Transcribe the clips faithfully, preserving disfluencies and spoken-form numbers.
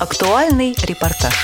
Актуальный репортаж.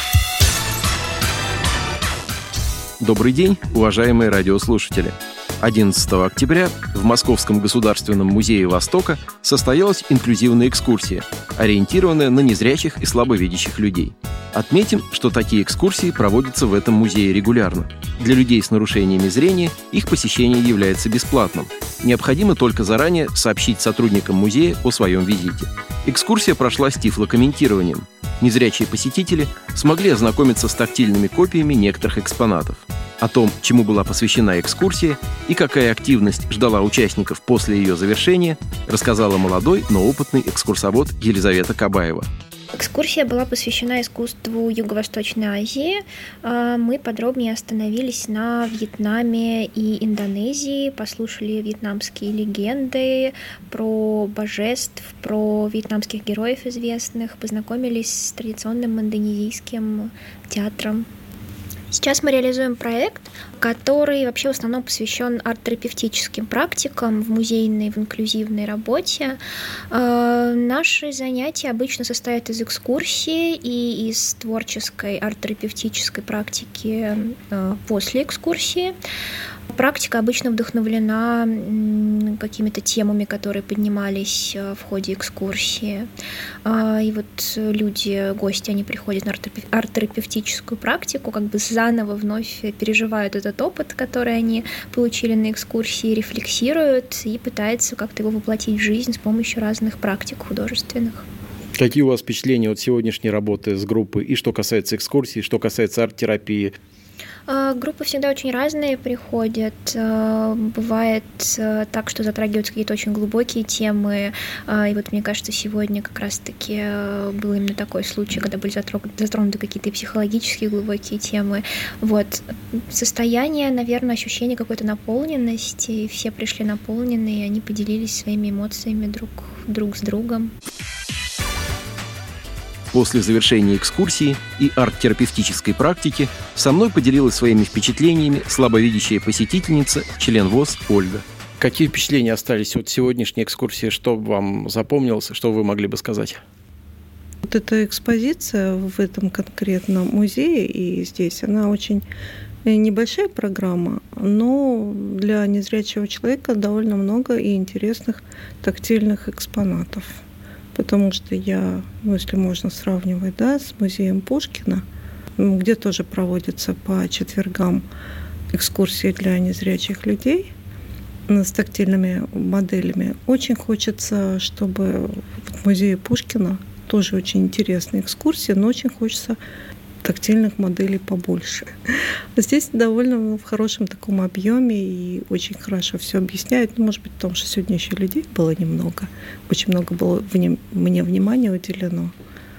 Добрый день, уважаемые радиослушатели. одиннадцатого октября в Московском государственном музее Востока состоялась инклюзивная экскурсия, ориентированная на незрячих и слабовидящих людей. Отметим, что такие экскурсии проводятся в этом музее регулярно. Для людей с нарушениями зрения их посещение является бесплатным. Необходимо только заранее сообщить сотрудникам музея о своем визите. Экскурсия прошла с тифлокомментированием. Незрячие посетители смогли ознакомиться с тактильными копиями некоторых экспонатов. О том, чему была посвящена экскурсия и какая активность ждала участников после ее завершения, рассказала молодой, но опытный экскурсовод Елизавета Кабаева. Экскурсия была посвящена искусству Юго-Восточной Азии. Мы подробнее остановились на Вьетнаме и Индонезии, послушали вьетнамские легенды про божеств, про вьетнамских героев известных, познакомились с традиционным индонезийским театром. Сейчас мы реализуем проект, который вообще в основном посвящен арт-терапевтическим практикам в музейной, в инклюзивной работе. Э, наши занятия обычно состоят из экскурсии и из творческой арт-терапевтической практики э, после экскурсии. Практика обычно вдохновлена какими-то темами, которые поднимались в ходе экскурсии. И вот люди, гости, они приходят на арт-терапевтическую практику, как бы заново вновь переживают этот опыт, который они получили на экскурсии, рефлексируют и пытаются как-то его воплотить в жизнь с помощью разных практик художественных. Какие у вас впечатления от сегодняшней работы с группой, и что касается экскурсий, что касается арт-терапии? Группы всегда очень разные приходят. Бывает так, что затрагиваются какие-то очень глубокие темы. И вот мне кажется, сегодня как раз-таки был именно такой случай, когда были затронуты какие-то психологические глубокие темы. Вот. Состояние, наверное, ощущение какой-то наполненности. И все пришли наполненные, и они поделились своими эмоциями друг, друг с другом. После завершения экскурсии и арт-терапевтической практики со мной поделилась своими впечатлениями слабовидящая посетительница, член ВОС Ольга. Какие впечатления остались от сегодняшней экскурсии? Что вам запомнилось? Что вы могли бы сказать? Вот эта экспозиция в этом конкретном музее и здесь, она очень небольшая программа, но для незрячего человека довольно много и интересных тактильных экспонатов. Потому что я, ну, если можно сравнивать, да, с музеем Пушкина, где тоже проводятся по четвергам экскурсии для незрячих людей с тактильными моделями. Очень хочется, чтобы в музее Пушкина тоже очень интересные экскурсии, но очень хочется тактильных моделей побольше. Здесь довольно в хорошем таком объеме и очень хорошо все объясняют. Ну, может быть, потому что сегодня еще людей было немного. Очень много было мне внимания уделено.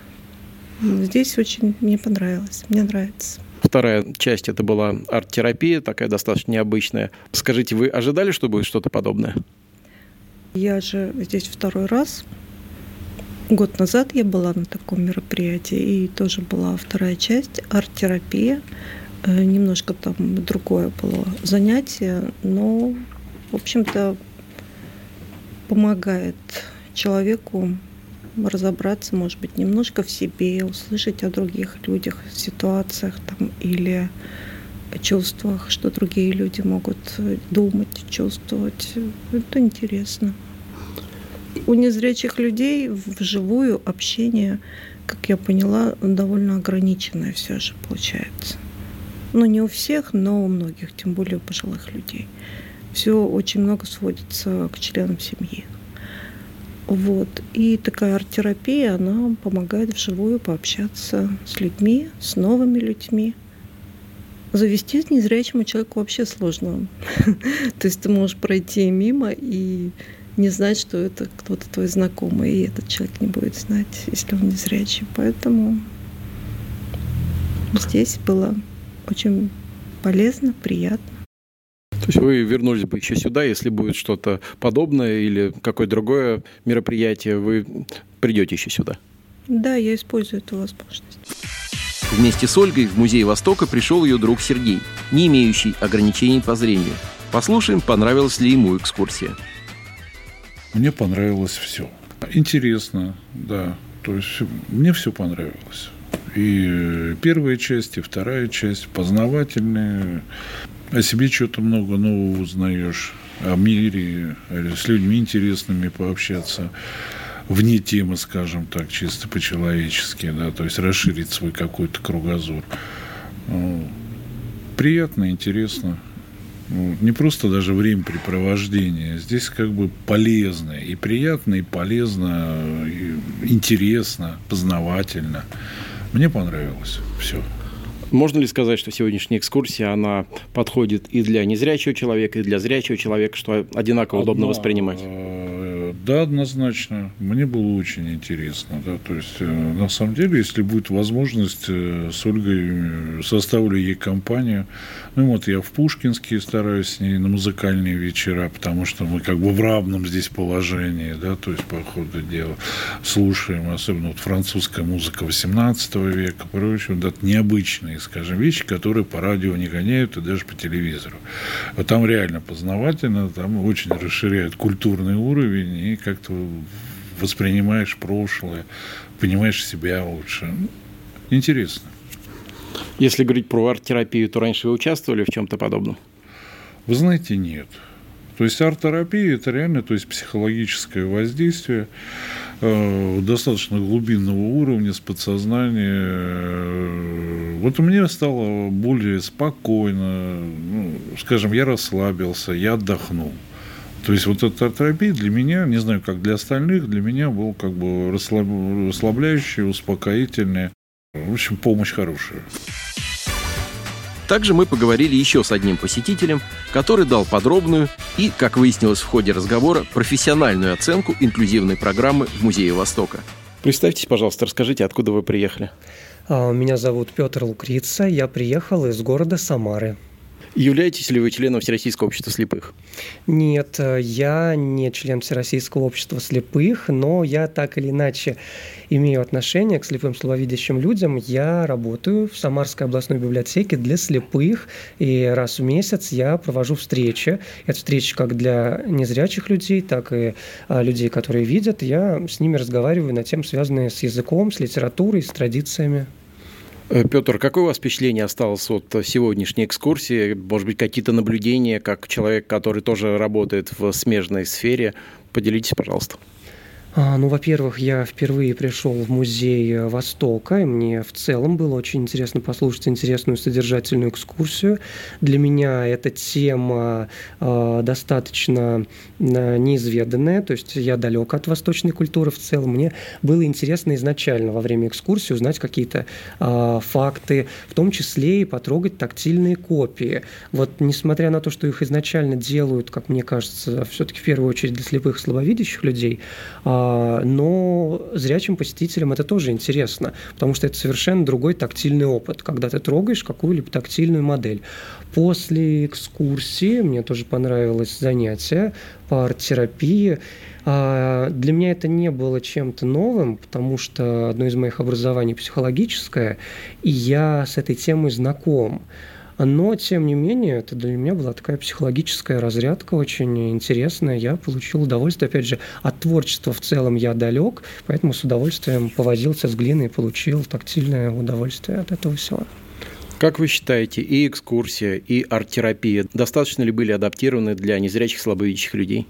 Здесь очень мне понравилось. Мне нравится. Вторая часть — это была арт-терапия, такая достаточно необычная. Скажите, вы ожидали, что будет что-то подобное? Я же здесь второй раз. Год назад я была на таком мероприятии, и тоже была вторая часть, арт-терапия. Немножко там другое было занятие, но, в общем-то, помогает человеку разобраться, может быть, немножко в себе, услышать о других людях, ситуациях там, или чувствах, что другие люди могут думать, чувствовать. Это интересно. У незрячих людей вживую общение, как я поняла, довольно ограниченное все же получается. Ну, не у всех, но у многих, тем более у пожилых людей. Все очень много сводится к членам семьи. Вот. И такая арт-терапия, она помогает вживую пообщаться с людьми, с новыми людьми. Завести незрячему человеку вообще сложно. То есть ты можешь пройти мимо и не знать, что это кто-то твой знакомый, и этот человек не будет знать, если он незрячий. Поэтому здесь было очень полезно, приятно. То есть вы вернулись бы еще сюда, если будет что-то подобное или какое-то другое мероприятие, вы придете еще сюда? Да, я использую эту возможность. Вместе с Ольгой в Музей Востока пришел ее друг Сергей, не имеющий ограничений по зрению. Послушаем, понравилась ли ему экскурсия. Мне понравилось все. Интересно, да. То есть мне все понравилось. И первая часть, и вторая часть познавательные. О себе что-то много нового узнаешь. О мире, с людьми интересными пообщаться. Вне темы, скажем так, чисто по-человечески. Да, то есть расширить свой какой-то кругозор. Приятно, интересно. Не просто даже времяпрепровождение. Здесь как бы полезно. И приятно, и полезно, и интересно, познавательно. Мне понравилось все. Можно ли сказать, что сегодняшняя экскурсия, она подходит и для незрячего человека, и для зрячего человека, что одинаково удобно Одна, воспринимать? Да, однозначно. Мне было очень интересно. Да. То есть, на самом деле, если будет возможность, с Ольгой составлю ей компанию. Ну, вот я в Пушкинске стараюсь с ней на музыкальные вечера, потому что мы как бы в равном здесь положении, да, то есть, по ходу дела, слушаем, особенно вот французская музыка восемнадцатого века, прочее, да, необычные, скажем, вещи, которые по радио не гоняют и даже по телевизору. Вот там реально познавательно, там очень расширяют культурный уровень, и как-то воспринимаешь прошлое, понимаешь себя лучше. Интересно. Если говорить про арт-терапию, то раньше вы участвовали в чем-то подобном? Вы знаете, нет. То есть арт-терапия – это реально, то есть психологическое воздействие э, достаточно глубинного уровня, с подсознания. Вот мне стало более спокойно, ну, скажем, я расслабился, я отдохнул. То есть вот эта терапия для меня, не знаю, как для остальных, для меня был как бы расслабляющая, успокоительная. В общем, помощь хорошая. Также мы поговорили еще с одним посетителем, который дал подробную и, как выяснилось в ходе разговора, профессиональную оценку инклюзивной программы в Музее Востока. Представьтесь, пожалуйста, расскажите, откуда вы приехали. Меня зовут Петр Лукрица, я приехал из города Самары. Являетесь ли вы членом Всероссийского общества слепых? Нет, я не член Всероссийского общества слепых, но я так или иначе имею отношение к слепым слабовидящим людям. Я работаю в Самарской областной библиотеке для слепых, и раз в месяц я провожу встречи. Это встречи как для незрячих людей, так и людей, которые видят. Я с ними разговариваю на темы, связанные с языком, с литературой, с традициями. Петр, какое у вас впечатление осталось от сегодняшней экскурсии? Может быть, какие-то наблюдения, как человек, который тоже работает в смежной сфере? Поделитесь, пожалуйста. Ну, во-первых, я впервые пришел в Музей Востока, и мне в целом было очень интересно послушать интересную содержательную экскурсию. Для меня эта тема э, достаточно э, неизведанная, то есть я далек от восточной культуры в целом. Мне было интересно изначально во время экскурсии узнать какие-то э, факты, в том числе и потрогать тактильные копии. Вот несмотря на то, что их изначально делают, как мне кажется, все-таки в первую очередь для слепых и слабовидящих людей, э, но зрячим посетителям это тоже интересно, потому что это совершенно другой тактильный опыт, когда ты трогаешь какую-либо тактильную модель. После экскурсии мне тоже понравилось занятие по арт-терапии. Для меня это не было чем-то новым, потому что одно из моих образований психологическое, и я с этой темой знаком. Но, тем не менее, это для меня была такая психологическая разрядка, очень интересная. Я получил удовольствие, опять же, от творчества в целом я далек, поэтому с удовольствием повозился с глиной и получил тактильное удовольствие от этого всего. Как вы считаете, и экскурсия, и арт-терапия достаточно ли были адаптированы для незрячих, слабовидящих людей?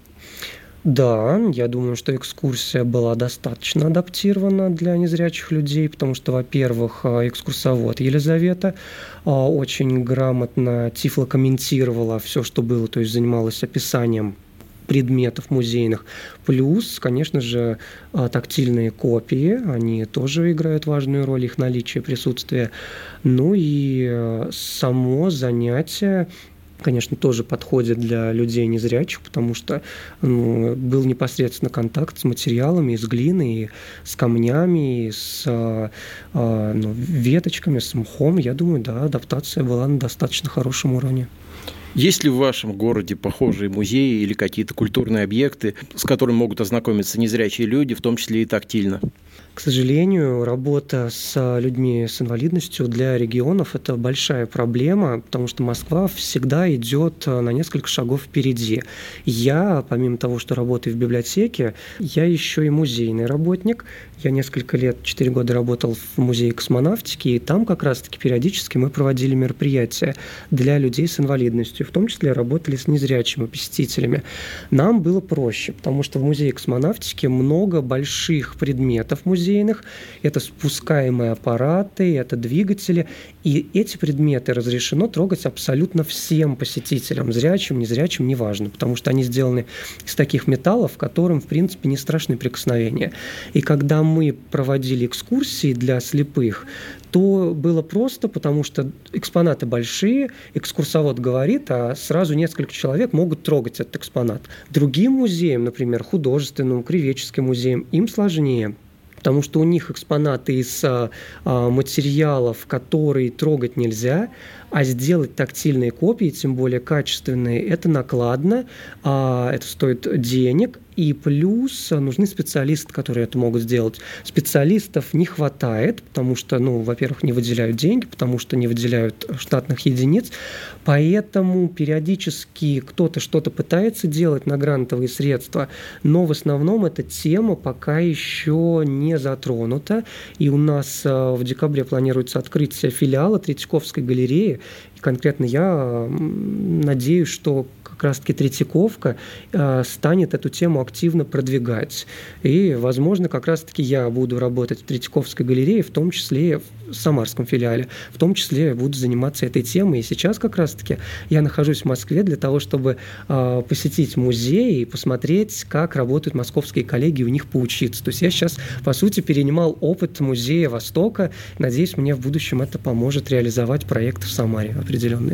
Да, я думаю, что экскурсия была достаточно адаптирована для незрячих людей, потому что, во-первых, экскурсовод Елизавета очень грамотно тифлокомментировала все, что было, то есть занималась описанием предметов музейных. Плюс, конечно же, тактильные копии, они тоже играют важную роль, их наличие, присутствие. Ну и само занятие, конечно, тоже подходит для людей незрячих, потому что ну, был непосредственно контакт с материалами, с глиной, с камнями, с ну, веточками, с мхом. Я думаю, да, адаптация была на достаточно хорошем уровне. Есть ли в вашем городе похожие музеи или какие-то культурные объекты, с которыми могут ознакомиться незрячие люди, в том числе и тактильно? К К сожалению, работа с людьми с инвалидностью для регионов – это большая проблема, потому что Москва всегда идет на несколько шагов впереди. Я, помимо того, что работаю в библиотеке, я еще и музейный работник. Я несколько лет, четыре года работал в музее космонавтики, и там как раз-таки периодически мы проводили мероприятия для людей с инвалидностью, в том числе работали с незрячими посетителями. Нам было проще, потому что в музее космонавтики много больших предметов музейных. Это спускаемые аппараты, это двигатели. И эти предметы разрешено трогать абсолютно всем посетителям, зрячим, незрячим, неважно, потому что они сделаны из таких металлов, которым, в принципе, не страшны прикосновения. И когда мы проводили экскурсии для слепых, то было просто, потому что экспонаты большие, экскурсовод говорит, а сразу несколько человек могут трогать этот экспонат. Другим музеям, например, художественным, краеведческим музеям, им сложнее. Потому что у них экспонаты из а, материалов, которые трогать нельзя, а сделать тактильные копии, тем более качественные, это накладно, а, это стоит денег, и плюс нужны специалисты, которые это могут сделать. Специалистов не хватает, потому что, ну, во-первых, не выделяют деньги, потому что не выделяют штатных единиц, поэтому периодически кто-то что-то пытается делать на грантовые средства, но в основном эта тема пока еще не затронута, и у нас в декабре планируется открытие филиала Третьяковской галереи, и конкретно я надеюсь, что как раз-таки Третьяковка э, станет эту тему активно продвигать. И, возможно, как раз-таки я буду работать в Третьяковской галерее, в том числе в Самарском филиале, в том числе буду заниматься этой темой. И сейчас как раз-таки я нахожусь в Москве для того, чтобы э, посетить музей и посмотреть, как работают московские коллеги, и у них поучиться. То есть я сейчас, по сути, перенимал опыт Музея Востока. Надеюсь, мне в будущем это поможет реализовать проекты в Самаре определенные.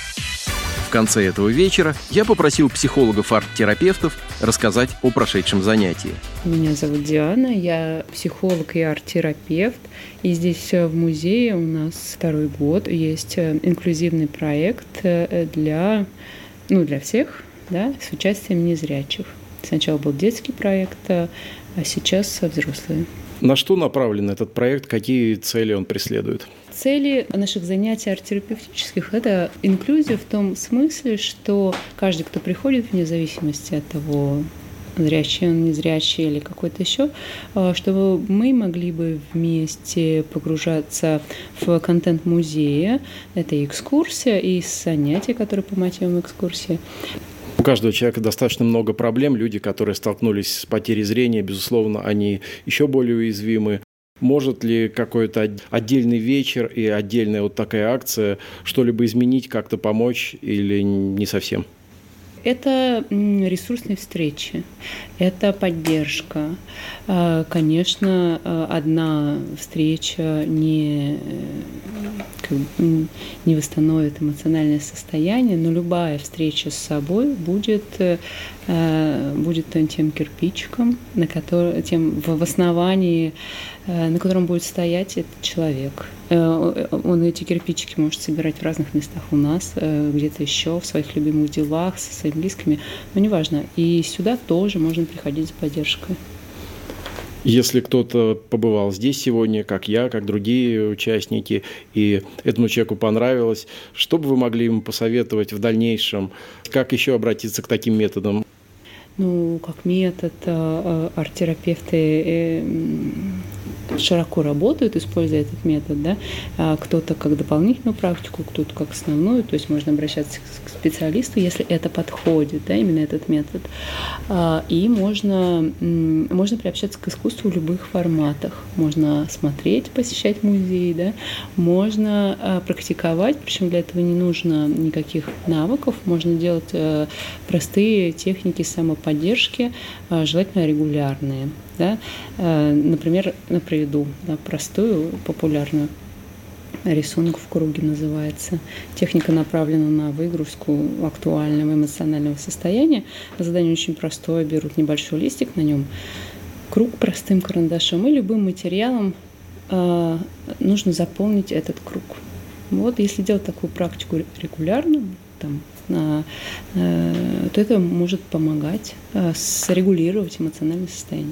В конце этого вечера я попросил психологов-арт-терапевтов рассказать о прошедшем занятии. Меня зовут Диана, я психолог и арт-терапевт. И здесь в музее у нас второй год есть инклюзивный проект для, ну, для всех, да, с участием незрячих. Сначала был детский проект, а сейчас взрослые. На что направлен этот проект? Какие цели он преследует? Цели наших занятий арт-терапевтических – это инклюзия в том смысле, что каждый, кто приходит, вне зависимости от того, зрячий он, незрячий или какой-то еще, чтобы мы могли бы вместе погружаться в контент музея. Это и экскурсия, и занятия, которые по мотивам экскурсии. У каждого человека достаточно много проблем. Люди, которые столкнулись с потерей зрения, безусловно, они еще более уязвимы. Может ли какой-то отдельный вечер и отдельная вот такая акция что-либо изменить, как-то помочь или не совсем? Это ресурсные встречи, это поддержка. Конечно, одна встреча не, как бы, не восстановит эмоциональное состояние, но любая встреча с собой будет, будет тем кирпичиком, на который, тем в основании, на котором будет стоять этот человек. Он эти кирпичики может собирать в разных местах у нас, где-то еще, в своих любимых делах, со своими близкими, но неважно. И сюда тоже можно приходить за поддержкой. Если кто-то побывал здесь сегодня, как я, как другие участники, и этому человеку понравилось, что бы вы могли ему посоветовать в дальнейшем? Как еще обратиться к таким методам? Ну, как метод, арт-терапевты широко работают, используя этот метод, да, кто-то как дополнительную практику, кто-то как основную, то есть можно обращаться к специалисту, если это подходит, да, именно этот метод, и можно, можно приобщаться к искусству в любых форматах, можно смотреть, посещать музей, да, можно практиковать, причем для этого не нужно никаких навыков, можно делать простые техники самоподдержки, желательно регулярные. Да? Например, приведу да, простую, популярную. Рисунок в круге называется. Техника направлена на выгрузку актуального эмоционального состояния. Задание очень простое. Берут небольшой листик, на нем круг простым карандашом и любым материалом э, нужно заполнить этот круг. Вот, если делать такую практику регулярно, там, э, э, то это может помогать э, срегулировать эмоциональное состояние.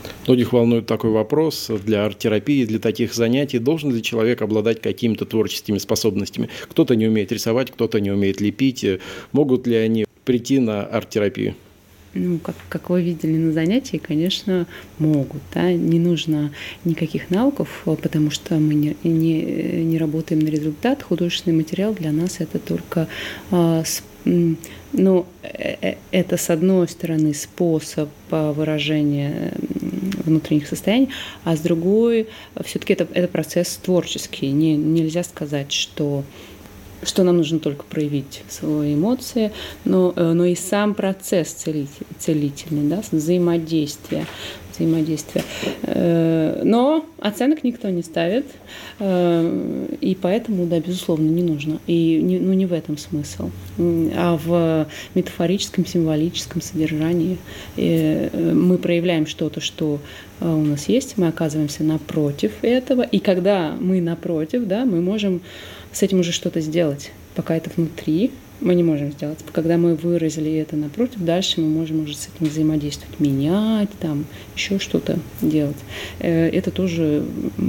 Многих волнует такой вопрос для арт-терапии, для таких занятий. Должен ли человек обладать какими-то творческими способностями? Кто-то не умеет рисовать, кто-то не умеет лепить. Могут ли они прийти на арт-терапию? Ну, как, как вы видели на занятии, конечно, могут. Да? Не нужно никаких навыков, потому что мы не, не, не работаем на результат. Художественный материал для нас это только а, с, ну, это, с одной стороны, способ выражения внутренних состояний, а с другой, все-таки это, это процесс творческий. Не, нельзя сказать, что что нам нужно только проявить свои эмоции, но, но и сам процесс целитель, целительный, да, взаимодействие, взаимодействие. Но оценок никто не ставит, и поэтому, да, безусловно, не нужно. И не, ну, не в этом смысл, а в метафорическом, символическом содержании. Мы проявляем что-то, что у нас есть, мы оказываемся напротив этого, и когда мы напротив, да, мы можем с этим уже что-то сделать. Пока это внутри, мы не можем сделать. Когда мы выразили это напротив, дальше мы можем уже с этим взаимодействовать, менять, там, еще что-то делать. Это тоже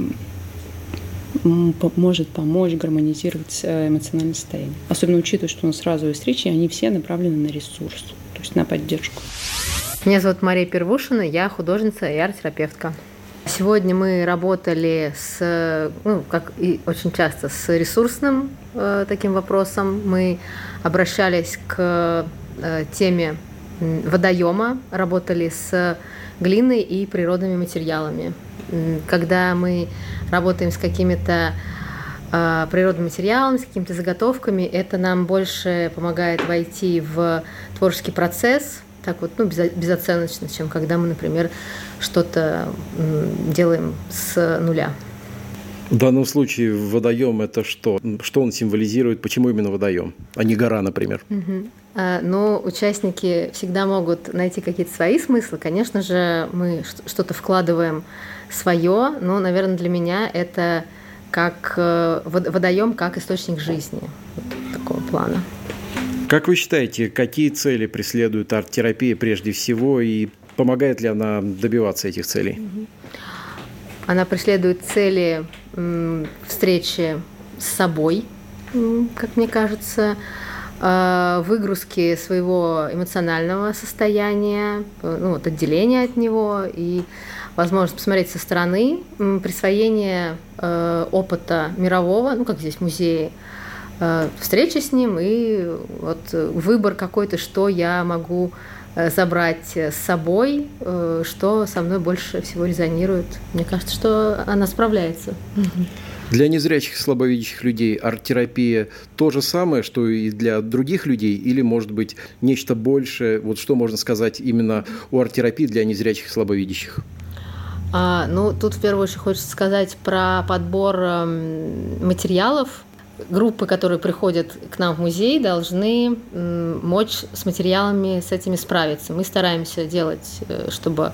может помочь гармонизировать эмоциональное состояние. Особенно учитывая, что у нас разовые встречи, они все направлены на ресурс, то есть на поддержку. Меня зовут Мария Первушина, я художница и арт-терапевтка. Сегодня мы работали с, ну, как и очень часто, с ресурсным э, таким вопросом. Мы обращались к э, теме водоема, работали с глиной и природными материалами. Когда мы работаем с какими-то э, природными материалами, с какими-то заготовками, это нам больше помогает войти в творческий процесс, так вот, ну, безоценочно, чем когда мы, например, что-то делаем с нуля. В данном случае водоем – это что? Что он символизирует? Почему именно водоем, а не гора, например? Угу. А, ну, участники всегда могут найти какие-то свои смыслы. Конечно же, мы что-то вкладываем свое, но, наверное, для меня это как водоем, как источник жизни, вот такого плана. Как вы считаете, какие цели преследует арт-терапия прежде всего, и помогает ли она добиваться этих целей? Она преследует цели встречи с собой, как мне кажется, выгрузки своего эмоционального состояния, ну, вот, отделения от него и возможность посмотреть со стороны, присвоение опыта мирового, ну, как здесь в музее, встреча с ним и вот выбор какой-то, что я могу забрать с собой, что со мной больше всего резонирует. Мне кажется, что она справляется. Для незрячих и слабовидящих людей арт-терапия то же самое, что и для других людей, или, может быть, нечто большее? Вот что можно сказать именно о арт-терапии для незрячих и слабовидящих? А, ну, тут в первую очередь хочется сказать про подбор материалов. Группы, которые приходят к нам в музей, должны мочь с материалами, с этими справиться. Мы стараемся делать, чтобы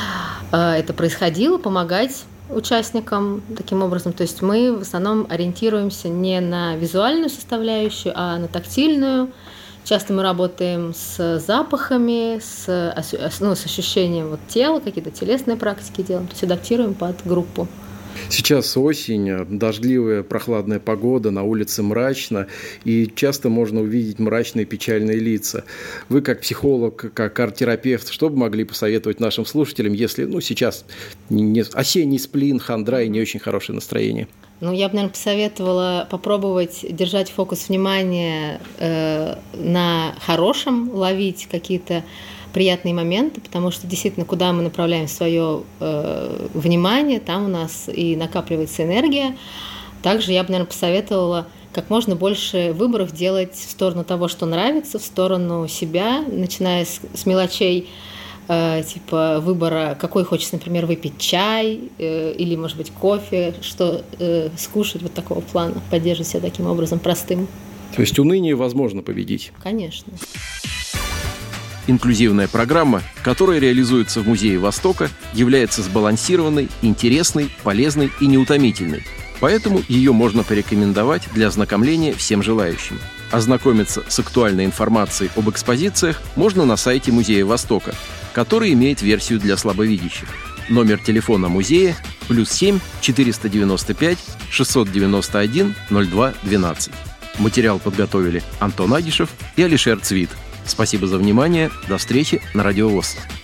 это происходило, помогать участникам таким образом. То есть мы в основном ориентируемся не на визуальную составляющую, а на тактильную. Часто мы работаем с запахами, с, ну, с ощущением вот тела, какие-то телесные практики делаем, то есть адаптируем под группу. Сейчас осень, дождливая, прохладная погода, на улице мрачно, и часто можно увидеть мрачные, печальные лица. Вы, как психолог, как арт-терапевт, что бы могли посоветовать нашим слушателям, если, ну, сейчас не, осенний сплин, хандра и не очень хорошее настроение? Ну, я бы, наверное, посоветовала попробовать держать фокус внимания э, на хорошем, ловить какие-то приятные моменты, потому что действительно, куда мы направляем свое э, внимание, там у нас и накапливается энергия. Также я бы, наверное, посоветовала как можно больше выборов делать в сторону того, что нравится, в сторону себя, начиная с, с мелочей, э, типа выбора, какой хочется, например, выпить чай э, или, может быть, кофе, что э, скушать, вот такого плана, поддерживать себя таким образом простым. То есть уныние возможно победить? Конечно. Инклюзивная программа, которая реализуется в Музее Востока, является сбалансированной, интересной, полезной и неутомительной. Поэтому ее можно порекомендовать для ознакомления всем желающим. Ознакомиться с актуальной информацией об экспозициях можно на сайте Музея Востока, который имеет версию для слабовидящих. Номер телефона музея плюс семь четыреста девяносто пять шестьсот девяносто один ноль два двенадцать. Материал подготовили Антон Агишев и Алишер Цвит. Спасибо за внимание. До встречи на Радио ВОС.